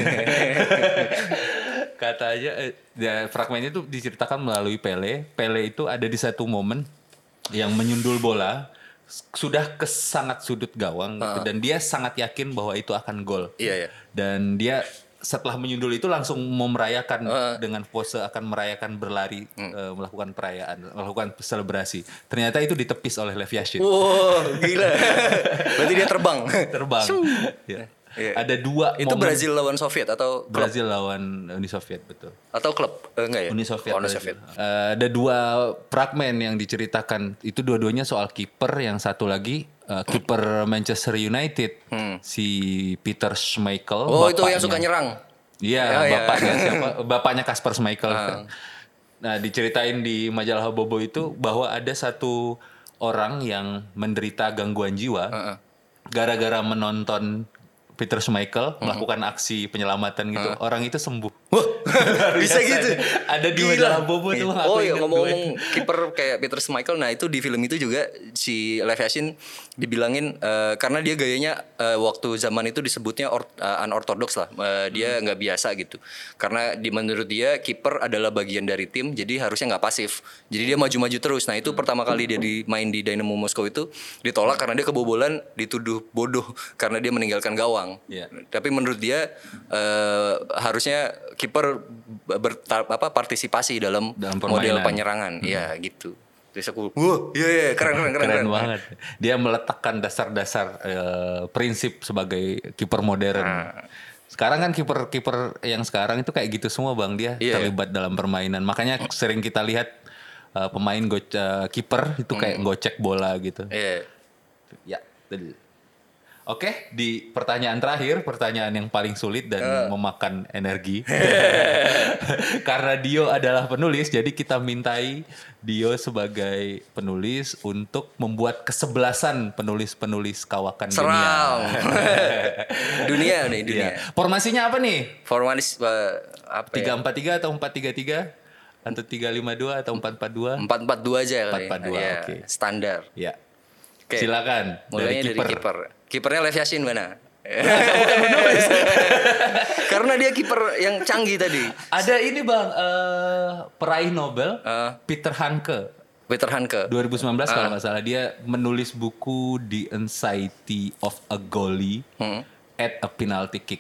Katanya fragmennya itu diceritakan melalui Pele. Pele itu ada di satu momen yang menyundul bola sudah ke sangat sudut gawang gitu, dan dia sangat yakin bahwa itu akan gol. Iya. Dan dia setelah menyundul itu langsung mau merayakan dengan pose akan merayakan berlari, melakukan perayaan, melakukan selebrasi. Ternyata itu ditepis oleh Lev Yashin. Wow, gila. Berarti dia terbang. Ya. Iya. Ada dua itu momen. Brazil lawan Soviet atau klub? Brazil lawan Uni Soviet, betul. Atau klub? Enggak ya? Uni Soviet. Uni Soviet. Ada dua fragmen yang diceritakan. Itu dua-duanya soal kiper. Yang satu lagi kiper Manchester United, si Peter Schmeichel. Oh, itu yang suka nyerang. Iya, bapaknya siapa? Bapaknya Kasper Schmeichel. Nah, diceritain di majalah Bobo itu bahwa ada satu orang yang menderita gangguan jiwa gara-gara menonton Peter Schmeichel melakukan aksi penyelamatan gitu, orang itu sembuh. Wah, bisa gitu. Ada di majalah Bobo tuh. Oh iya, ngomong-ngomong kiper kayak Peter Schmeichel, nah itu di film itu juga si Lev Yashin dibilangin karena dia gayanya waktu zaman itu disebutnya unorthodox lah, dia nggak biasa gitu. Karena menurut dia kiper adalah bagian dari tim, jadi harusnya nggak pasif. Jadi dia maju-maju terus. Nah itu pertama kali dia main di Dynamo Moskow itu ditolak karena dia kebobolan, dituduh bodoh karena dia meninggalkan gawang. Yeah. Tapi menurut dia harusnya kiper partisipasi dalam model penyerangan. Ya gitu. Terus aku, wah, iya keren banget. Dia meletakkan dasar-dasar prinsip sebagai kiper modern. Sekarang kan kiper yang sekarang itu kayak gitu semua, Bang. Dia terlibat dalam permainan. Makanya sering kita lihat pemain kiper itu kayak gocek bola gitu. Ya. Oke, di pertanyaan terakhir, pertanyaan yang paling sulit dan memakan energi. Karena Dio adalah penulis, jadi kita mintai Dio sebagai penulis untuk membuat kesebelasan penulis-penulis kawakan dunia. Seram. Dunia nih, dunia. Iya. Formasinya apa nih? Formalis apa ya? 3-4-3 atau 4-3-3 atau 3-5-2 atau 4-4-2? 4-4-2 aja kali. 4-4-2, Ya, oke. standar. Ya. Oke. Silakan. Mulainya dari kiper. Kipernya Lev Yashin mana? Karena dia kiper yang canggih tadi. Ada ini Bang, peraih Nobel Peter Handke. Peter Handke. 2019 kalau nggak salah, dia menulis buku The Anxiety of a Goalie at a Penalty Kick.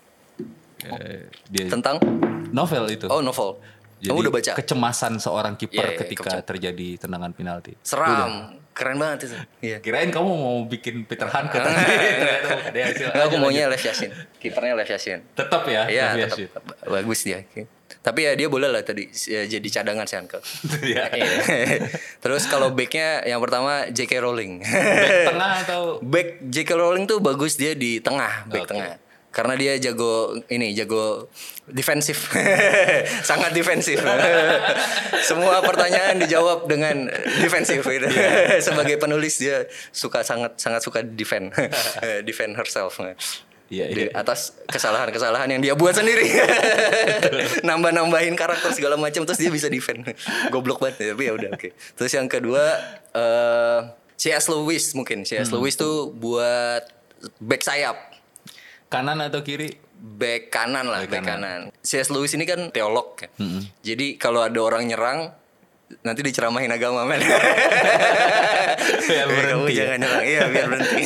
Dia Tentang? novel itu. Oh, novel. Jadi Kamu udah baca? Kecemasan seorang kiper Iya, ketika terjadi tendangan penalti. Seram. Keren banget itu. Iya. Kirain kamu mau bikin Peter Handke tadi. Ternyata ada hasil. Aku maunya Lev Yashin. Kipernya Lev Yashin. Tetap ya. Iya, Lev tetap Yashin. bagus dia. Tapi ya dia boleh lah tadi jadi cadangan sih Handke. Iya. Terus kalau backnya yang pertama J.K. Rowling. Back tengah atau Back J.K. Rowling tuh bagus dia di tengah, back Oke. tengah. Karena dia jago defensif. Sangat defensif. Semua pertanyaan dijawab dengan defensif gitu. Sebagai penulis dia sangat suka defend herself. Iya, Di iya. atas kesalahan-kesalahan yang dia buat sendiri. Nambah-nambahin karakter segala macam terus dia bisa defend. Goblok banget tapi ya udah oke. Terus yang kedua C.S. Lewis mungkin. C.S. Lewis tuh buat back sayap. kanan atau kiri? Back kanan lah, Back back kanan. C.S. Lewis ini kan teolog kan. Jadi kalau ada orang nyerang nanti diceramahin agama men. Biar Kamu berhenti. jangan nyerang. Iya, biar berhenti.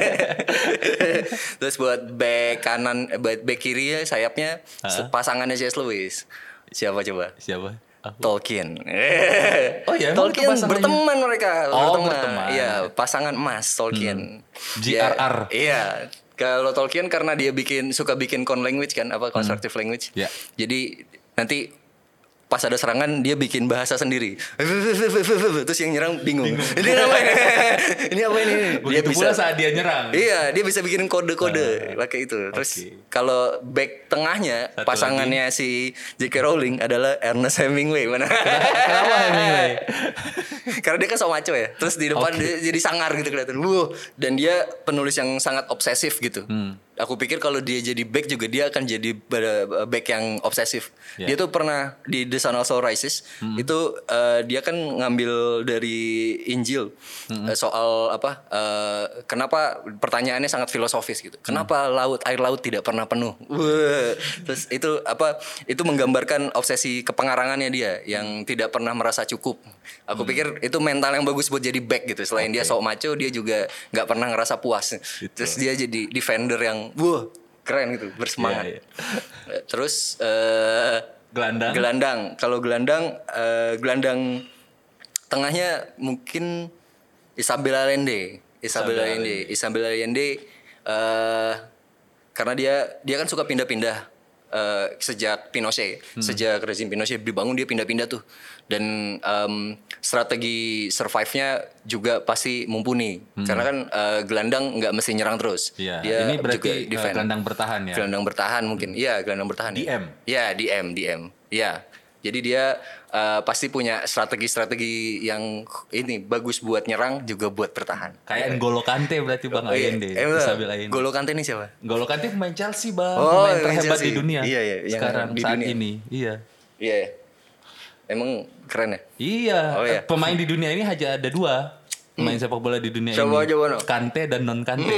Terus buat back kanan, back kiri ya sayapnya pasangannya C.S. Lewis. Siapa coba? Siapa? Tolkien. Oh ya, emang Tolkien itu pasangannya? berteman mereka. Oh, berteman. Iya, pasangan emas Tolkien. GRR. Iya. Kalau Tolkien karena dia suka bikin con language kan, apa constructive language. Ya. Jadi nanti pas ada serangan dia bikin bahasa sendiri. Terus yang nyerang bingung. Ini apa ini? Ini apa ini? Begitu pula saat dia nyerang. Iya, dia bisa bikin kode-kode pakai itu. Terus kalau back tengahnya Satu pasangannya si J.K. Rowling adalah Ernest Hemingway. Mana? Kenapa Hemingway? Karena dia kan so maco ya. Terus di depan dia jadi sangar gitu kelihatan. Dan dia penulis yang sangat obsesif gitu. Aku pikir kalau dia jadi back juga dia akan jadi back yang obsesif. Yeah. Dia tuh pernah di The Sun Also Rises itu dia kan ngambil dari Injil soal apa? Kenapa pertanyaannya sangat filosofis gitu. Kenapa air laut tidak pernah penuh? Terus itu apa? Itu menggambarkan obsesi kepengarangannya dia yang tidak pernah merasa cukup. Aku pikir itu mental yang bagus buat jadi back gitu. Selain dia sok maco, dia juga nggak pernah ngerasa puas. Terus dia jadi defender yang keren gitu, bersemangat. Iya, iya. Terus Gelandang. gelandang. Kalau gelandang tengahnya mungkin Isabel Allende. Isabel Allende karena dia kan suka pindah-pindah sejak Pinochet, sejak rezim Pinochet dibangun dia pindah-pindah tuh. Dan strategi survive-nya juga pasti mumpuni. Karena kan gelandang nggak mesti nyerang terus. Iya. Dia Ini berarti juga defend. gelandang bertahan ya. Gelandang bertahan mungkin. Iya, gelandang bertahan. DM? Iya, DM. Iya. Jadi dia pasti punya strategi-strategi yang ini bagus buat nyerang juga buat bertahan. Kayak N'Golo Kante berarti Bang Allende. Isabel Allende. N'Golo Kante ini siapa? N'Golo Kante pemain Chelsea Bang, Oh, pemain pemain terhebat Chelsea. di dunia. Iya, iya, yang Sekarang di saat dunia. ini. Iya. Iya. Emang keren ya? Iya. Oh, iya. Pemain di dunia ini hanya ada 2. Pemain sepak bola di dunia Coba ini. no. Kante dan non Kante.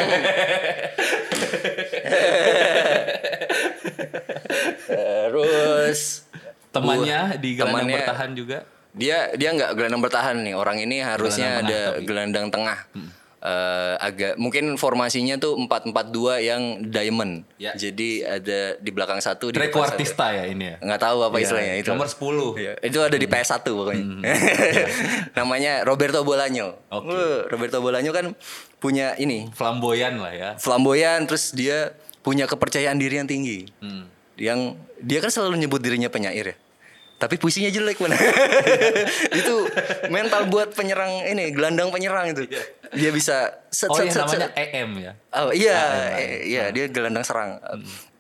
Terus Temannya di gelandang temannya- bertahan juga. dia nggak gelandang bertahan nih. Orang ini harusnya Gelandang tengah, ada tapi. gelandang tengah. Agak mungkin formasinya tuh 4-4-2 yang diamond. Ya. Jadi ada di belakang satu di depan satu. Trequartista ya ini ya. Nggak tahu apa Iya, istilahnya itu. Nomor 10. Iya, itu ada di PS1 pokoknya. Namanya Roberto Bolaño. Oke. Roberto Bolaño kan punya ini Flamboyan lah ya. flamboyan, terus dia punya kepercayaan diri yang tinggi. Yang dia kan selalu nyebut dirinya penyair ya. Tapi puisinya jelek mana. Itu mental buat penyerang ini, gelandang penyerang itu. Dia bisa Oh yang namanya EM ya. Oh iya, iya dia gelandang serang.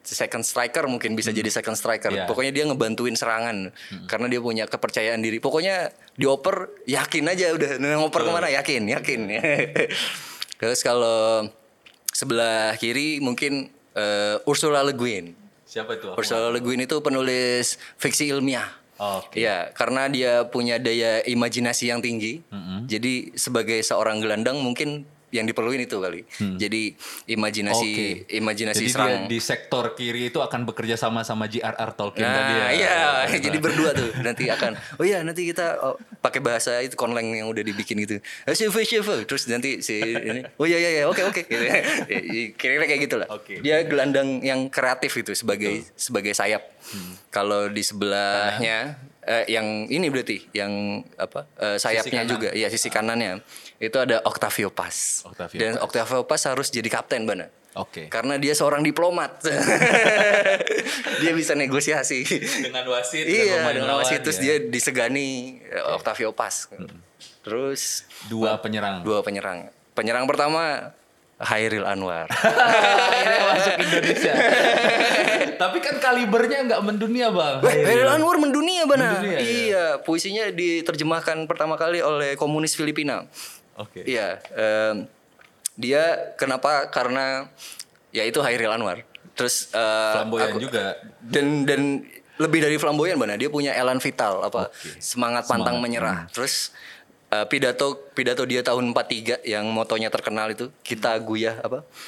second striker, mungkin bisa jadi second striker. Yeah. Pokoknya dia ngebantuin serangan karena dia punya kepercayaan diri. Pokoknya dioper yakin aja udah ngoper kemana yakin. Terus kalau sebelah kiri mungkin Ursula Le Guin. Siapa itu? Ursula Le Guin itu penulis fiksi ilmiah. Oke. Ya, karena dia punya daya imajinasi yang tinggi. Jadi sebagai seorang gelandang mungkin yang diperluin itu kali. Jadi imajinasi Jadi serang. dia di sektor kiri itu akan bekerja sama J.R.R. Tolkien tadi ya. Nah, iya, jadi berdua tuh nanti akan. Nanti kita pakai bahasa itu konleng yang udah dibikin gitu. Terus nanti si ini. Iya, oke. Gitu. Kira-kira kayak gitulah. Oke. Dia gelandang yang kreatif itu sebagai sayap. Kalau di sebelahnya yang ini berarti yang sayapnya juga, ya sisi kanannya itu ada Octavio Paz. Dan Octavio Paz harus jadi kapten Bana. Oke. Karena dia seorang diplomat. Dia bisa negosiasi Dengan wasit. Iya, dengan wasit terus dia disegani Octavio Paz. Terus dua penyerang. Penyerang pertama Hairil Anwar. Akhirnya masuk Indonesia. Tapi kan kalibernya nggak mendunia bang. Hairil Anwar mendunia Bana. Mendunia, Iya, puisinya diterjemahkan pertama kali oleh komunis Filipina. Oke. Iya, dia kenapa? Karena ya itu Hairil Anwar. Terus Flamboyan juga. Dan lebih dari flamboyan Bana, dia punya elan vital semangat pantang menyerah. Terus pidato dia tahun 43 yang motonya terkenal itu kita guyah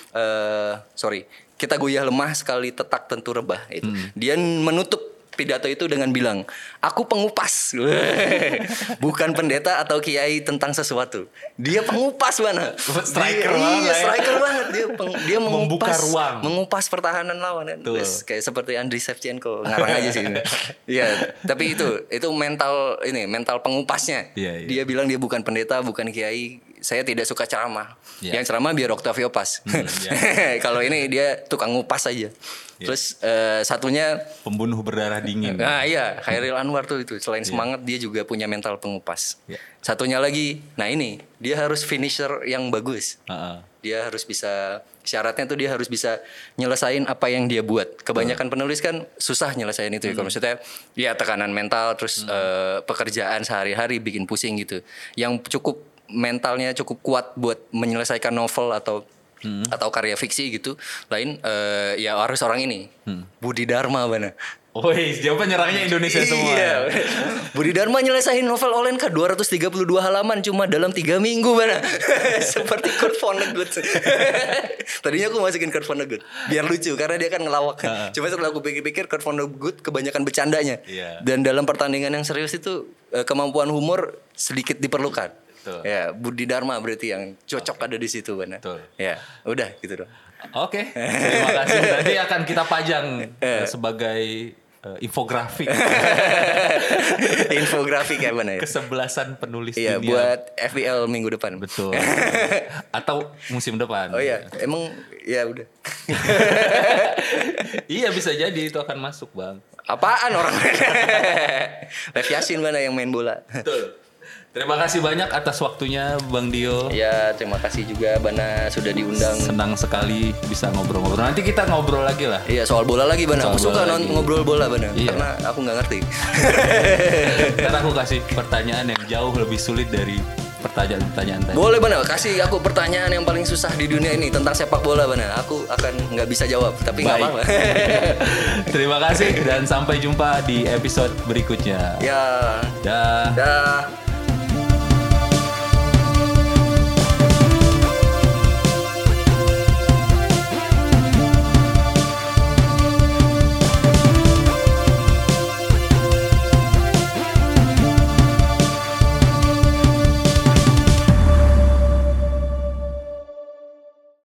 kita guyah lemah sekali tetak tentu rebah itu. Dia menutup pidato itu dengan bilang, aku pengupas. Bukan pendeta atau kiai tentang sesuatu. Dia pengupas Bana. Striker banget. Dia Membuka ruang. mengupas pertahanan lawan kan. Terus kayak seperti Andriy Shevchenko, ngarang aja sih. Iya, tapi itu mental pengupasnya. Iya. Dia bilang dia bukan pendeta, bukan kiai. Saya tidak suka ceramah. Yeah. Yang ceramah biar Octavio Paz. Kalau ini dia tukang ngupas aja. Terus satunya pembunuh berdarah dingin. Nah iya, Hairil Anwar tuh itu. Selain semangat dia juga punya mental pengupas. Satunya lagi, nah ini dia harus finisher yang bagus. Dia harus bisa, syaratnya tuh dia harus bisa nyelesain apa yang dia buat. Kebanyakan penulis kan susah nyelesain itu ya. Kalau maksudnya ya tekanan mental, terus pekerjaan sehari-hari bikin pusing gitu. Yang mentalnya cukup kuat buat menyelesaikan novel atau karya fiksi gitu. Ya harus orang ini. Budi Dharma Bana. Dia penyerangnya Indonesia semua. Iya. Budi Dharma nyelesain novel Olenka 232 halaman cuma dalam 3 minggu Bana. Seperti Kurt Vonnegut. Tadinya aku masukin Kurt Vonnegut biar lucu karena dia kan ngelawak. Cuma setelah aku pikir-pikir Kurt Vonnegut kebanyakan bercandanya. Dan dalam pertandingan yang serius itu kemampuan humor sedikit diperlukan. Betul. Ya, Budi Dharma berarti yang cocok ada di situ Bana. Betul. Ya, udah gitu dong. Oke. Terima kasih. Nanti akan kita pajang sebagai infografik. Infografik ya Bana ya. Kesebelasan penulis dunia. Iya, buat FBL minggu depan. Betul. Atau musim depan. Oh iya, emang ya udah. Iya bisa jadi itu akan masuk, Bang. Apaan orang? Lev Yassin Bana yang main bola. Betul. Terima kasih banyak atas waktunya Bang Dio. Ya, terima kasih juga Bana sudah diundang. Senang sekali bisa ngobrol-ngobrol. Nanti kita ngobrol lagi lah. Iya, soal bola lagi Bana. Aku suka ngobrol bola Bana. Iya. Karena aku nggak ngerti. Karena aku kasih pertanyaan yang jauh lebih sulit dari pertanyaan-pertanyaan tadi. Boleh Bana, kasih aku pertanyaan yang paling susah di dunia ini tentang sepak bola Bana. Aku akan nggak bisa jawab, tapi nggak apa-apa. Terima kasih dan sampai jumpa di episode berikutnya. Ya. Dah.